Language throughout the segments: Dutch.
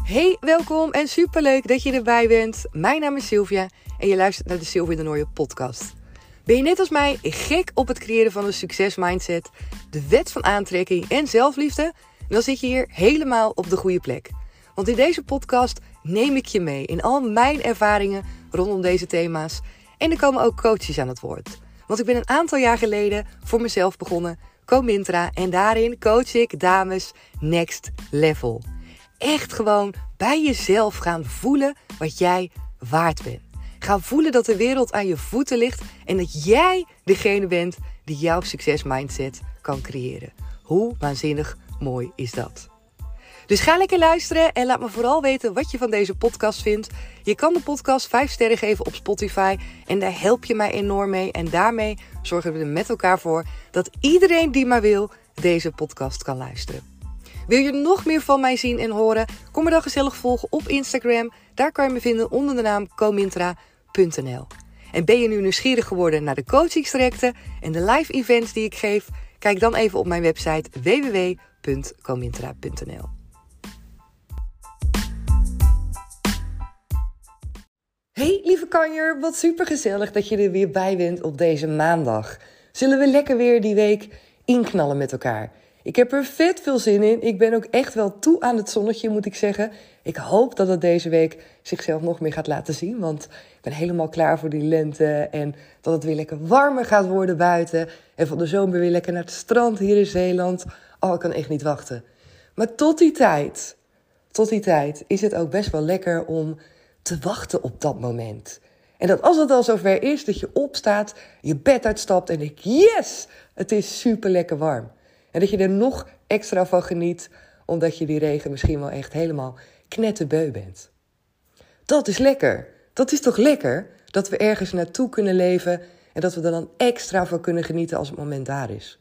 Hey, welkom en superleuk dat je erbij bent. Mijn naam is Sylvia en je luistert naar de Sylvia de Nooijen podcast. Ben je net als mij gek op het creëren van een succesmindset, de wet van aantrekking en zelfliefde? Dan zit je hier helemaal op de goede plek. Want in deze podcast neem ik je mee in al mijn ervaringen rondom deze thema's. En er komen ook coaches aan het woord. Want ik ben een aantal jaar geleden voor mezelf begonnen, Comintra, en daarin coach ik dames next level. Echt gewoon bij jezelf gaan voelen wat jij waard bent. Gaan voelen dat de wereld aan je voeten ligt en dat jij degene bent die jouw succesmindset kan creëren. Hoe waanzinnig mooi is dat? Dus ga lekker luisteren en laat me vooral weten wat je van deze podcast vindt. Je kan de podcast 5 sterren geven op Spotify en daar help je mij enorm mee. En daarmee zorgen we er met elkaar voor dat iedereen die maar wil deze podcast kan luisteren. Wil je nog meer van mij zien en horen? Kom me dan gezellig volgen op Instagram. Daar kan je me vinden onder de naam comintra.nl. En ben je nu nieuwsgierig geworden naar de coachingstrajecten en de live events die ik geef? Kijk dan even op mijn website www.comintra.nl. Hey lieve kanjer, wat super gezellig dat je er weer bij bent op deze maandag. Zullen we lekker weer die week inknallen met elkaar? Ik heb er vet veel zin in. Ik ben ook echt wel toe aan het zonnetje, moet ik zeggen. Ik hoop dat het deze week zichzelf nog meer gaat laten zien. Want ik ben helemaal klaar voor die lente. En dat het weer lekker warmer gaat worden buiten. En van de zomer weer lekker naar het strand hier in Zeeland. Oh, ik kan echt niet wachten. Maar tot die tijd is het ook best wel lekker om te wachten op dat moment. En dat als het al zover is, dat je opstaat, je bed uitstapt en denkt, yes, het is super lekker warm. En dat je er nog extra van geniet, omdat je die regen misschien wel echt helemaal knetterbeu bent. Dat is lekker. Dat is toch lekker dat we ergens naartoe kunnen leven en dat we er dan extra van kunnen genieten als het moment daar is.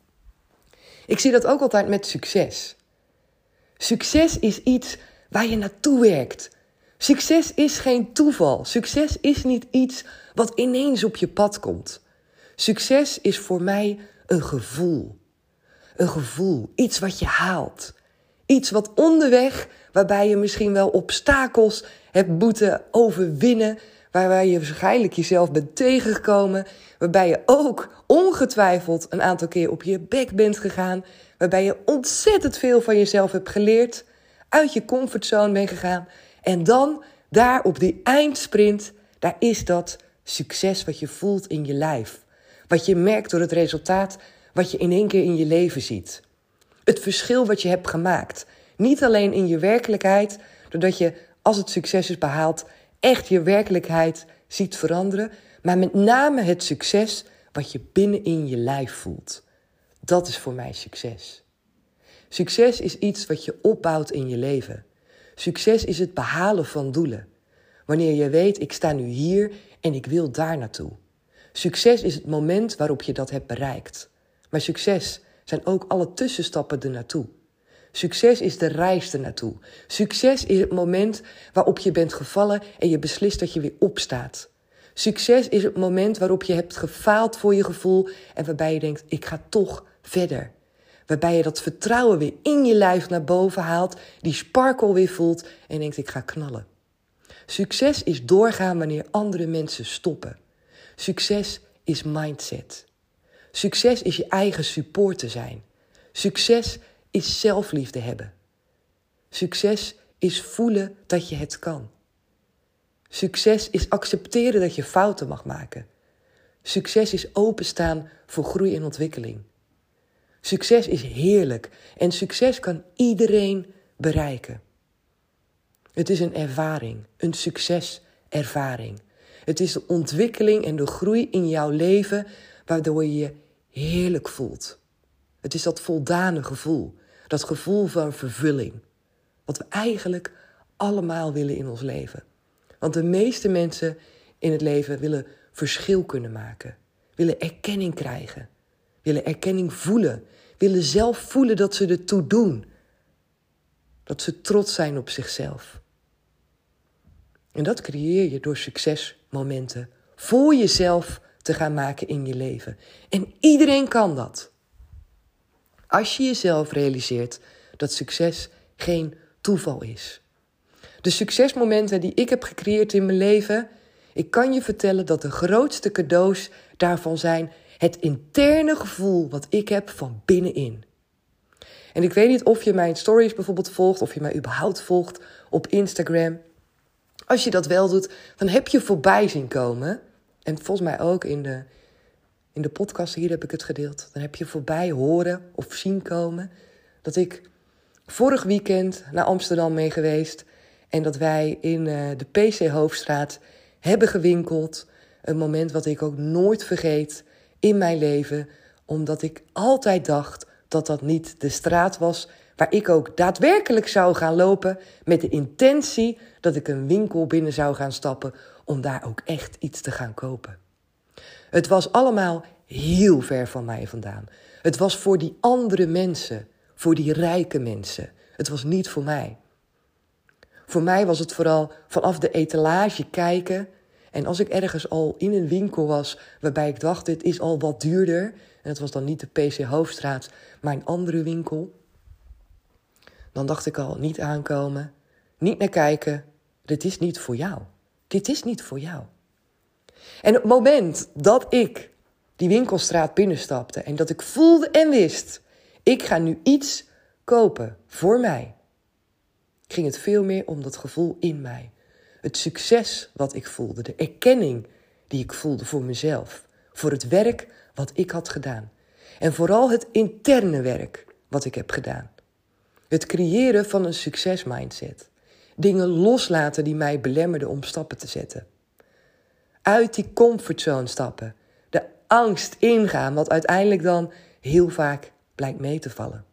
Ik zie dat ook altijd met succes. Succes is iets waar je naartoe werkt. Succes is geen toeval. Succes is niet iets wat ineens op je pad komt. Succes is voor mij een gevoel. Een gevoel, iets wat je haalt. Iets wat onderweg, waarbij je misschien wel obstakels hebt moeten overwinnen, waarbij je waarschijnlijk jezelf bent tegengekomen, waarbij je ook ongetwijfeld een aantal keer op je bek bent gegaan, waarbij je ontzettend veel van jezelf hebt geleerd, uit je comfortzone bent gegaan. En dan, daar op die eindsprint, daar is dat succes wat je voelt in je lijf. Wat je merkt door het resultaat wat je in één keer in je leven ziet. Het verschil wat je hebt gemaakt. Niet alleen in je werkelijkheid, doordat je, als het succes is behaald, echt je werkelijkheid ziet veranderen, maar met name het succes wat je binnenin je lijf voelt. Dat is voor mij succes. Succes is iets wat je opbouwt in je leven. Succes is het behalen van doelen. Wanneer je weet, ik sta nu hier en ik wil daar naartoe. Succes is het moment waarop je dat hebt bereikt. Maar succes zijn ook alle tussenstappen ernaartoe. Succes is de reis ernaartoe. Succes is het moment waarop je bent gevallen en je beslist dat je weer opstaat. Succes is het moment waarop je hebt gefaald voor je gevoel en waarbij je denkt, ik ga toch verder. Waarbij je dat vertrouwen weer in je lijf naar boven haalt, die sparkle weer voelt en denkt, ik ga knallen. Succes is doorgaan wanneer andere mensen stoppen. Succes is mindset. Succes is je eigen supporter zijn. Succes is zelfliefde hebben. Succes is voelen dat je het kan. Succes is accepteren dat je fouten mag maken. Succes is openstaan voor groei en ontwikkeling. Succes is heerlijk en succes kan iedereen bereiken. Het is een ervaring, een succeservaring. Het is de ontwikkeling en de groei in jouw leven waardoor je je heerlijk voelt. Het is dat voldane gevoel, dat gevoel van vervulling. Wat we eigenlijk allemaal willen in ons leven. Want de meeste mensen in het leven willen verschil kunnen maken. Willen erkenning krijgen. Willen erkenning voelen. Willen zelf voelen dat ze ertoe doen. Dat ze trots zijn op zichzelf. En dat creëer je door succesmomenten voor jezelf te gaan maken in je leven. En iedereen kan dat. Als je jezelf realiseert dat succes geen toeval is. De succesmomenten die ik heb gecreëerd in mijn leven, ik kan je vertellen dat de grootste cadeaus daarvan zijn het interne gevoel wat ik heb van binnenin. En ik weet niet of je mijn stories bijvoorbeeld volgt, of je mij überhaupt volgt op Instagram. Als je dat wel doet, dan heb je voorbij zien komen. En volgens mij ook in de podcast hier heb ik het gedeeld. Dan heb je voorbij horen of zien komen dat ik vorig weekend naar Amsterdam mee geweest. En dat wij in de PC Hoofdstraat hebben gewinkeld. Een moment wat ik ook nooit vergeet in mijn leven. Omdat ik altijd dacht dat dat niet de straat was waar ik ook daadwerkelijk zou gaan lopen met de intentie dat ik een winkel binnen zou gaan stappen om daar ook echt iets te gaan kopen. Het was allemaal heel ver van mij vandaan. Het was voor die andere mensen, voor die rijke mensen. Het was niet voor mij. Voor mij was het vooral vanaf de etalage kijken. En als ik ergens al in een winkel was waarbij ik dacht, dit is al wat duurder. En het was dan niet de PC Hoofdstraat, maar een andere winkel. Dan dacht ik al, niet aankomen, niet naar kijken. Dit is niet voor jou. Dit is niet voor jou. En op het moment dat ik die winkelstraat binnenstapte en dat ik voelde en wist, ik ga nu iets kopen voor mij, ging het veel meer om dat gevoel in mij. Het succes wat ik voelde, de erkenning die ik voelde voor mezelf, voor het werk wat ik had gedaan. En vooral het interne werk wat ik heb gedaan. Het creëren van een succesmindset. Dingen loslaten die mij belemmerden om stappen te zetten. Uit die comfortzone stappen. De angst ingaan, wat uiteindelijk dan heel vaak blijkt mee te vallen.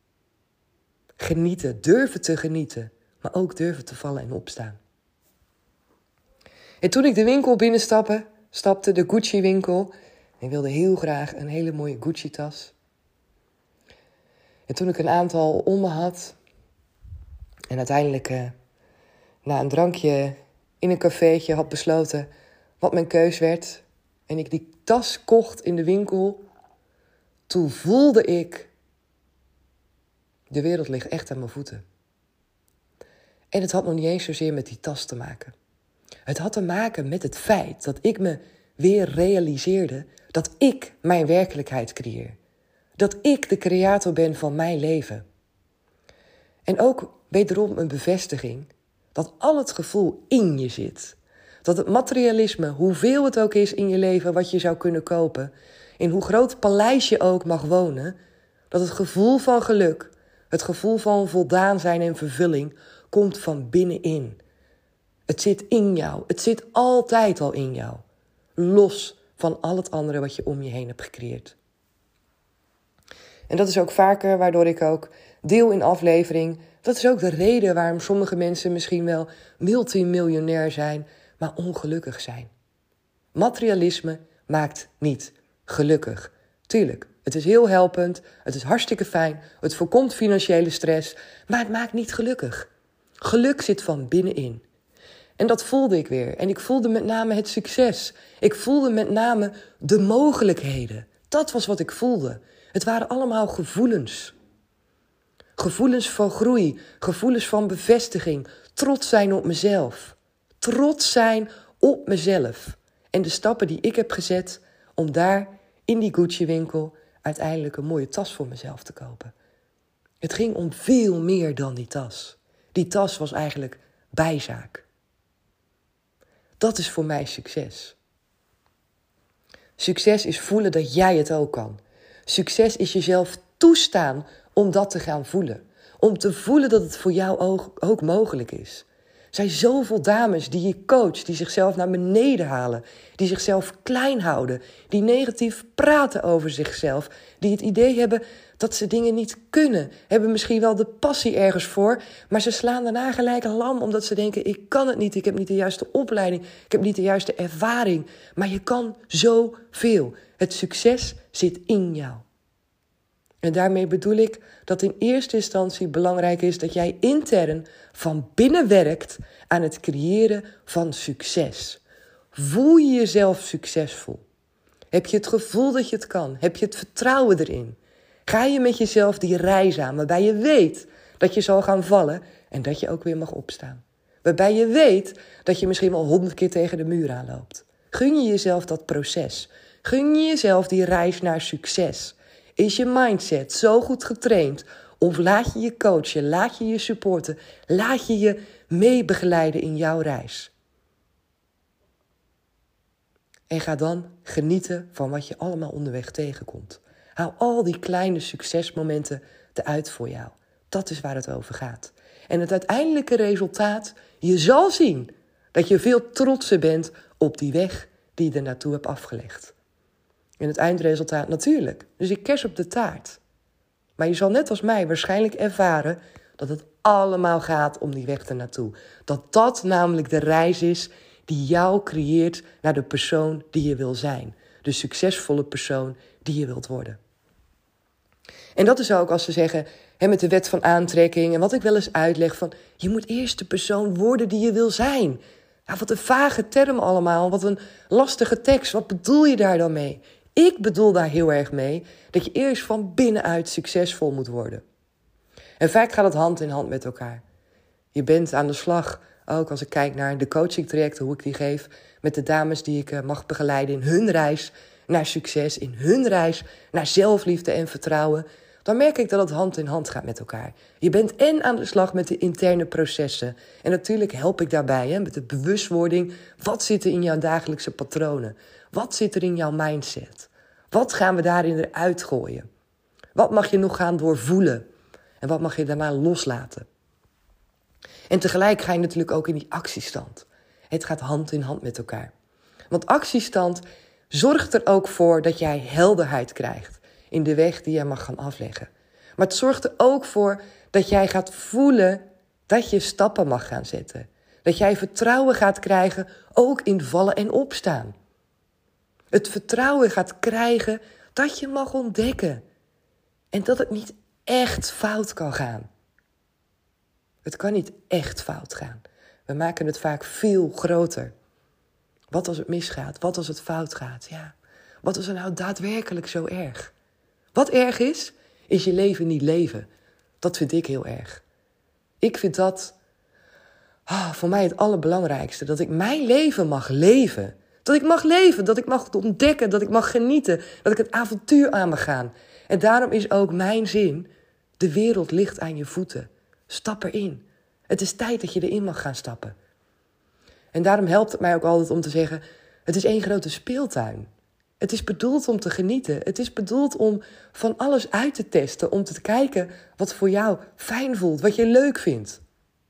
Genieten, durven te genieten, maar ook durven te vallen en opstaan. En toen ik de winkel binnenstapte, de Gucci-winkel. Ik wilde heel graag een hele mooie Gucci-tas. En toen ik een aantal om me had en uiteindelijk na een drankje in een cafeetje had besloten wat mijn keus werd en ik die tas kocht in de winkel, toen voelde ik, de wereld ligt echt aan mijn voeten. En het had nog niet eens zozeer met die tas te maken. Het had te maken met het feit dat ik me weer realiseerde dat ik mijn werkelijkheid creëer. Dat ik de creator ben van mijn leven. En ook wederom een bevestiging dat al het gevoel in je zit. Dat het materialisme, hoeveel het ook is in je leven wat je zou kunnen kopen, in hoe groot paleis je ook mag wonen, dat het gevoel van geluk, het gevoel van voldaan zijn en vervulling, komt van binnenin. Het zit in jou. Het zit altijd al in jou. Los van al het andere wat je om je heen hebt gecreëerd. En dat is ook vaker waardoor ik ook deel in aflevering. Dat is ook de reden waarom sommige mensen misschien wel multimiljonair zijn, maar ongelukkig zijn. Materialisme maakt niet gelukkig. Tuurlijk, het is heel helpend, het is hartstikke fijn, het voorkomt financiële stress, maar het maakt niet gelukkig. Geluk zit van binnenin. En dat voelde ik weer. En ik voelde met name het succes. Ik voelde met name de mogelijkheden. Dat was wat ik voelde. Het waren allemaal gevoelens. Gevoelens van groei, gevoelens van bevestiging, trots zijn op mezelf. Trots zijn op mezelf. En de stappen die ik heb gezet om daar in die Gucci-winkel uiteindelijk een mooie tas voor mezelf te kopen. Het ging om veel meer dan die tas. Die tas was eigenlijk bijzaak. Dat is voor mij succes. Succes is voelen dat jij het ook kan. Succes is jezelf toestaan om dat te gaan voelen. Om te voelen dat het voor jou ook mogelijk is. Er zijn zoveel dames die je coacht, die zichzelf naar beneden halen. Die zichzelf klein houden. Die negatief praten over zichzelf. Die het idee hebben dat ze dingen niet kunnen. Hebben misschien wel de passie ergens voor. Maar ze slaan daarna gelijk lam omdat ze denken, ik kan het niet. Ik heb niet de juiste opleiding. Ik heb niet de juiste ervaring. Maar je kan zoveel. Het succes zit in jou. En daarmee bedoel ik dat in eerste instantie belangrijk is dat jij intern van binnen werkt aan het creëren van succes. Voel je jezelf succesvol? Heb je het gevoel dat je het kan? Heb je het vertrouwen erin? Ga je met jezelf die reis aan waarbij je weet dat je zal gaan vallen en dat je ook weer mag opstaan? Waarbij je weet dat je misschien wel 100 keer tegen de muur aanloopt. Gun je jezelf dat proces. Gun je jezelf die reis naar succes. Is je mindset zo goed getraind? Of laat je je coachen, laat je je supporten, laat je je meebegeleiden in jouw reis? En ga dan genieten van wat je allemaal onderweg tegenkomt. Haal al die kleine succesmomenten eruit voor jou. Dat is waar het over gaat. En het uiteindelijke resultaat, je zal zien dat je veel trotser bent op die weg die je er naartoe hebt afgelegd. En het eindresultaat natuurlijk. Dus ik kers op de taart. Maar je zal net als mij waarschijnlijk ervaren dat het allemaal gaat om die weg ernaartoe. Dat dat namelijk de reis is die jou creëert naar de persoon die je wil zijn. De succesvolle persoon die je wilt worden. En dat is ook als ze zeggen, met de wet van aantrekking en wat ik wel eens uitleg van, je moet eerst de persoon worden die je wil zijn. Ja, wat een vage term allemaal, wat een lastige tekst. Wat bedoel je daar dan mee? Ik bedoel daar heel erg mee dat je eerst van binnenuit succesvol moet worden. En vaak gaat het hand in hand met elkaar. Je bent aan de slag, ook als ik kijk naar de coachingtrajecten, hoe ik die geef, met de dames die ik mag begeleiden in hun reis naar succes, in hun reis naar zelfliefde en vertrouwen. Dan merk ik dat het hand in hand gaat met elkaar. Je bent en aan de slag met de interne processen. En natuurlijk help ik daarbij met de bewustwording. Wat zit er in jouw dagelijkse patronen? Wat zit er in jouw mindset? Wat gaan we daarin eruit gooien? Wat mag je nog gaan doorvoelen? En wat mag je daarna loslaten? En tegelijk ga je natuurlijk ook in die actiestand. Het gaat hand in hand met elkaar. Want actiestand zorgt er ook voor dat jij helderheid krijgt in de weg die jij mag gaan afleggen. Maar het zorgt er ook voor dat jij gaat voelen dat je stappen mag gaan zetten. Dat jij vertrouwen gaat krijgen, ook in vallen en opstaan. Het vertrouwen gaat krijgen dat je mag ontdekken. En dat het niet echt fout kan gaan. Het kan niet echt fout gaan. We maken het vaak veel groter. Wat als het misgaat? Wat als het fout gaat? Ja. Wat is er nou daadwerkelijk zo erg? Wat erg is je leven niet leven. Dat vind ik heel erg. Ik vind dat voor mij het allerbelangrijkste. Dat ik mijn leven mag leven. Dat ik mag leven, dat ik mag ontdekken, dat ik mag genieten. Dat ik het avontuur aan mag gaan. En daarom is ook mijn zin, de wereld ligt aan je voeten. Stap erin. Het is tijd dat je erin mag gaan stappen. En daarom helpt het mij ook altijd om te zeggen, het is één grote speeltuin. Het is bedoeld om te genieten. Het is bedoeld om van alles uit te testen. Om te kijken wat voor jou fijn voelt. Wat je leuk vindt.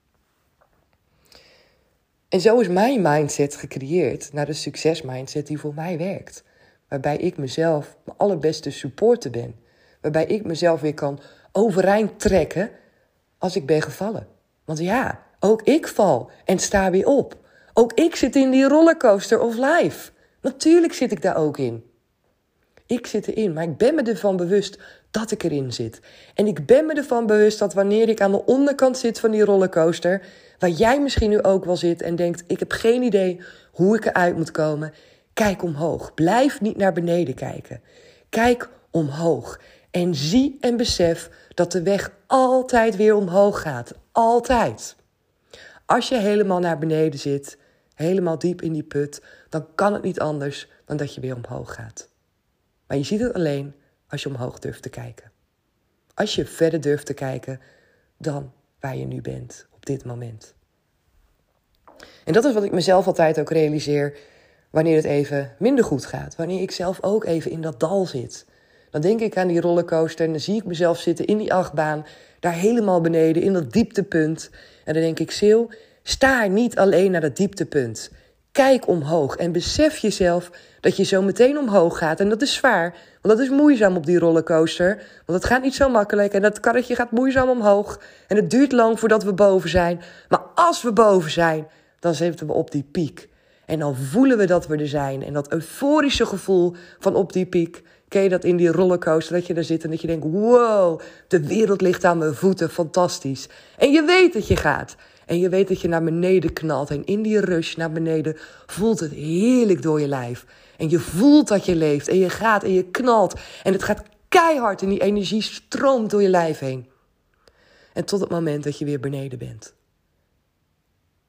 En zo is mijn mindset gecreëerd naar de succesmindset die voor mij werkt. Waarbij ik mezelf mijn allerbeste supporter ben. Waarbij ik mezelf weer kan overeind trekken als ik ben gevallen. Want ja, ook ik val en sta weer op. Ook ik zit in die rollercoaster of life. Natuurlijk zit ik daar ook in. Ik zit erin, maar ik ben me ervan bewust dat ik erin zit. En ik ben me ervan bewust dat wanneer ik aan de onderkant zit van die rollercoaster, waar jij misschien nu ook wel zit en denkt, ik heb geen idee hoe ik eruit moet komen. Kijk omhoog. Blijf niet naar beneden kijken. Kijk omhoog. En zie en besef dat de weg altijd weer omhoog gaat. Altijd. Als je helemaal naar beneden zit, helemaal diep in die put, dan kan het niet anders dan dat je weer omhoog gaat. Maar je ziet het alleen als je omhoog durft te kijken. Als je verder durft te kijken dan waar je nu bent op dit moment. En dat is wat ik mezelf altijd ook realiseer wanneer het even minder goed gaat. Wanneer ik zelf ook even in dat dal zit. Dan denk ik aan die rollercoaster en dan zie ik mezelf zitten in die achtbaan. Daar helemaal beneden in dat dieptepunt. En dan denk ik, Sil, sta niet alleen naar dat dieptepunt. Kijk omhoog en besef jezelf dat je zo meteen omhoog gaat. En dat is zwaar, want dat is moeizaam op die rollercoaster. Want het gaat niet zo makkelijk en dat karretje gaat moeizaam omhoog. En het duurt lang voordat we boven zijn. Maar als we boven zijn, dan zitten we op die piek. En dan voelen we dat we er zijn. En dat euforische gevoel van op die piek. Ken je dat in die rollercoaster, dat je daar zit en dat je denkt, wow, de wereld ligt aan mijn voeten, fantastisch. En je weet dat je gaat. En je weet dat je naar beneden knalt. En in die rush naar beneden voelt het heerlijk door je lijf. En je voelt dat je leeft. En je gaat en je knalt. En het gaat keihard en die energie stroomt door je lijf heen. En tot het moment dat je weer beneden bent.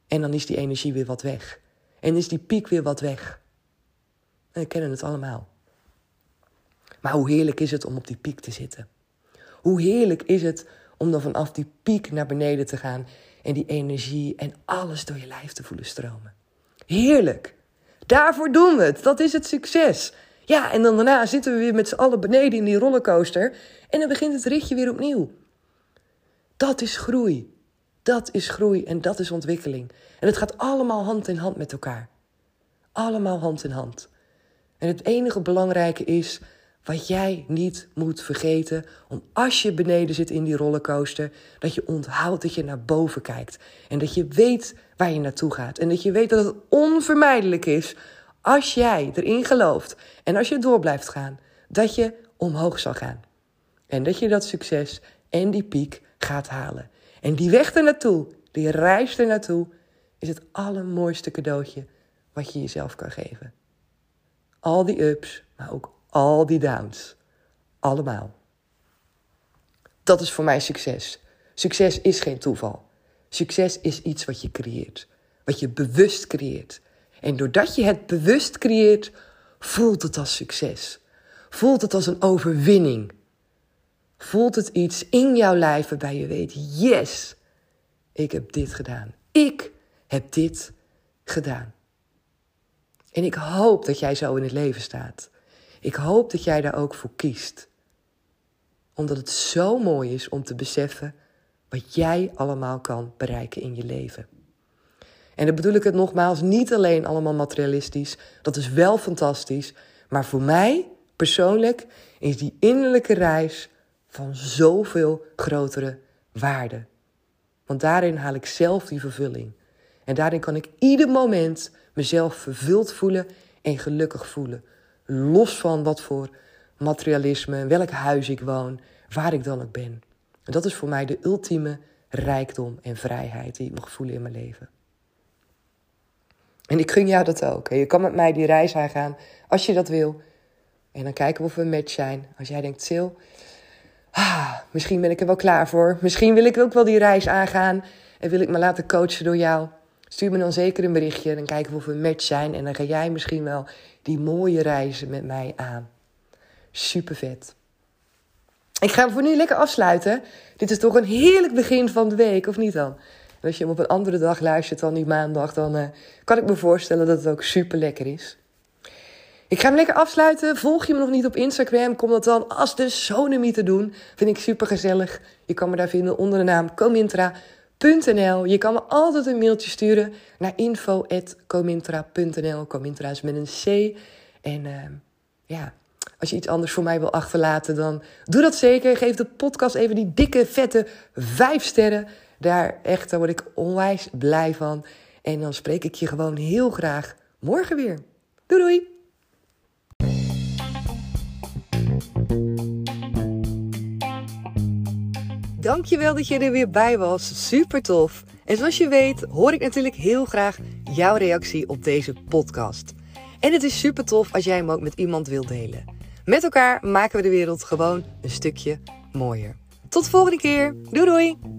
En dan is die energie weer wat weg. En is die piek weer wat weg. En we kennen het allemaal. Maar hoe heerlijk is het om op die piek te zitten? Hoe heerlijk is het om dan vanaf die piek naar beneden te gaan en die energie en alles door je lijf te voelen stromen. Heerlijk. Daarvoor doen we het. Dat is het succes. Ja, en dan daarna zitten we weer met z'n allen beneden in die rollercoaster en dan begint het ritje weer opnieuw. Dat is groei. Dat is groei en dat is ontwikkeling. En het gaat allemaal hand in hand met elkaar. Allemaal hand in hand. En het enige belangrijke is wat jij niet moet vergeten, om als je beneden zit in die rollercoaster, dat je onthoudt dat je naar boven kijkt. En dat je weet waar je naartoe gaat. En dat je weet dat het onvermijdelijk is, als jij erin gelooft en als je door blijft gaan, dat je omhoog zal gaan. En dat je dat succes en die piek gaat halen. En die weg ernaartoe, die reis ernaartoe, is het allermooiste cadeautje wat je jezelf kan geven. Al die ups, maar ook al die downs. Allemaal. Dat is voor mij succes. Succes is geen toeval. Succes is iets wat je creëert. Wat je bewust creëert. En doordat je het bewust creëert, voelt het als succes. Voelt het als een overwinning. Voelt het iets in jouw lijf waarbij je weet, yes, ik heb dit gedaan. Ik heb dit gedaan. En ik hoop dat jij zo in het leven staat. Ik hoop dat jij daar ook voor kiest. Omdat het zo mooi is om te beseffen wat jij allemaal kan bereiken in je leven. En dan bedoel ik het nogmaals niet alleen allemaal materialistisch. Dat is wel fantastisch. Maar voor mij persoonlijk is die innerlijke reis van zoveel grotere waarde. Want daarin haal ik zelf die vervulling. En daarin kan ik ieder moment mezelf vervuld voelen en gelukkig voelen. Los van wat voor materialisme, welk huis ik woon, waar ik dan ook ben. En dat is voor mij de ultieme rijkdom en vrijheid die ik mag voelen in mijn leven. En ik gun jou dat ook. Je kan met mij die reis aangaan als je dat wil. En dan kijken we of we een match zijn. Als jij denkt, Sil, misschien ben ik er wel klaar voor. Misschien wil ik ook wel die reis aangaan. En wil ik me laten coachen door jou. Stuur me dan zeker een berichtje. Dan kijken we of we een match zijn. En dan ga jij misschien wel die mooie reizen met mij aan. Super vet. Ik ga hem voor nu lekker afsluiten. Dit is toch een heerlijk begin van de week, of niet dan? En als je hem op een andere dag luistert dan die maandag, dan kan ik me voorstellen dat het ook super lekker is. Ik ga hem lekker afsluiten. Volg je me nog niet op Instagram? Kom dat dan als de sonemie doen. Vind ik super gezellig. Je kan me daar vinden onder de naam comintra.nl. Je kan me altijd een mailtje sturen naar info@comintra.nl. Comintra is met een C. En als je iets anders voor mij wil achterlaten, dan doe dat zeker. Geef de podcast even die dikke, vette 5 sterren. Daar word ik onwijs blij van. En dan spreek ik je gewoon heel graag morgen weer. Doei doei! Dankjewel dat je er weer bij was. Super tof. En zoals je weet hoor ik natuurlijk heel graag jouw reactie op deze podcast. En het is super tof als jij hem ook met iemand wilt delen. Met elkaar maken we de wereld gewoon een stukje mooier. Tot de volgende keer. Doei doei!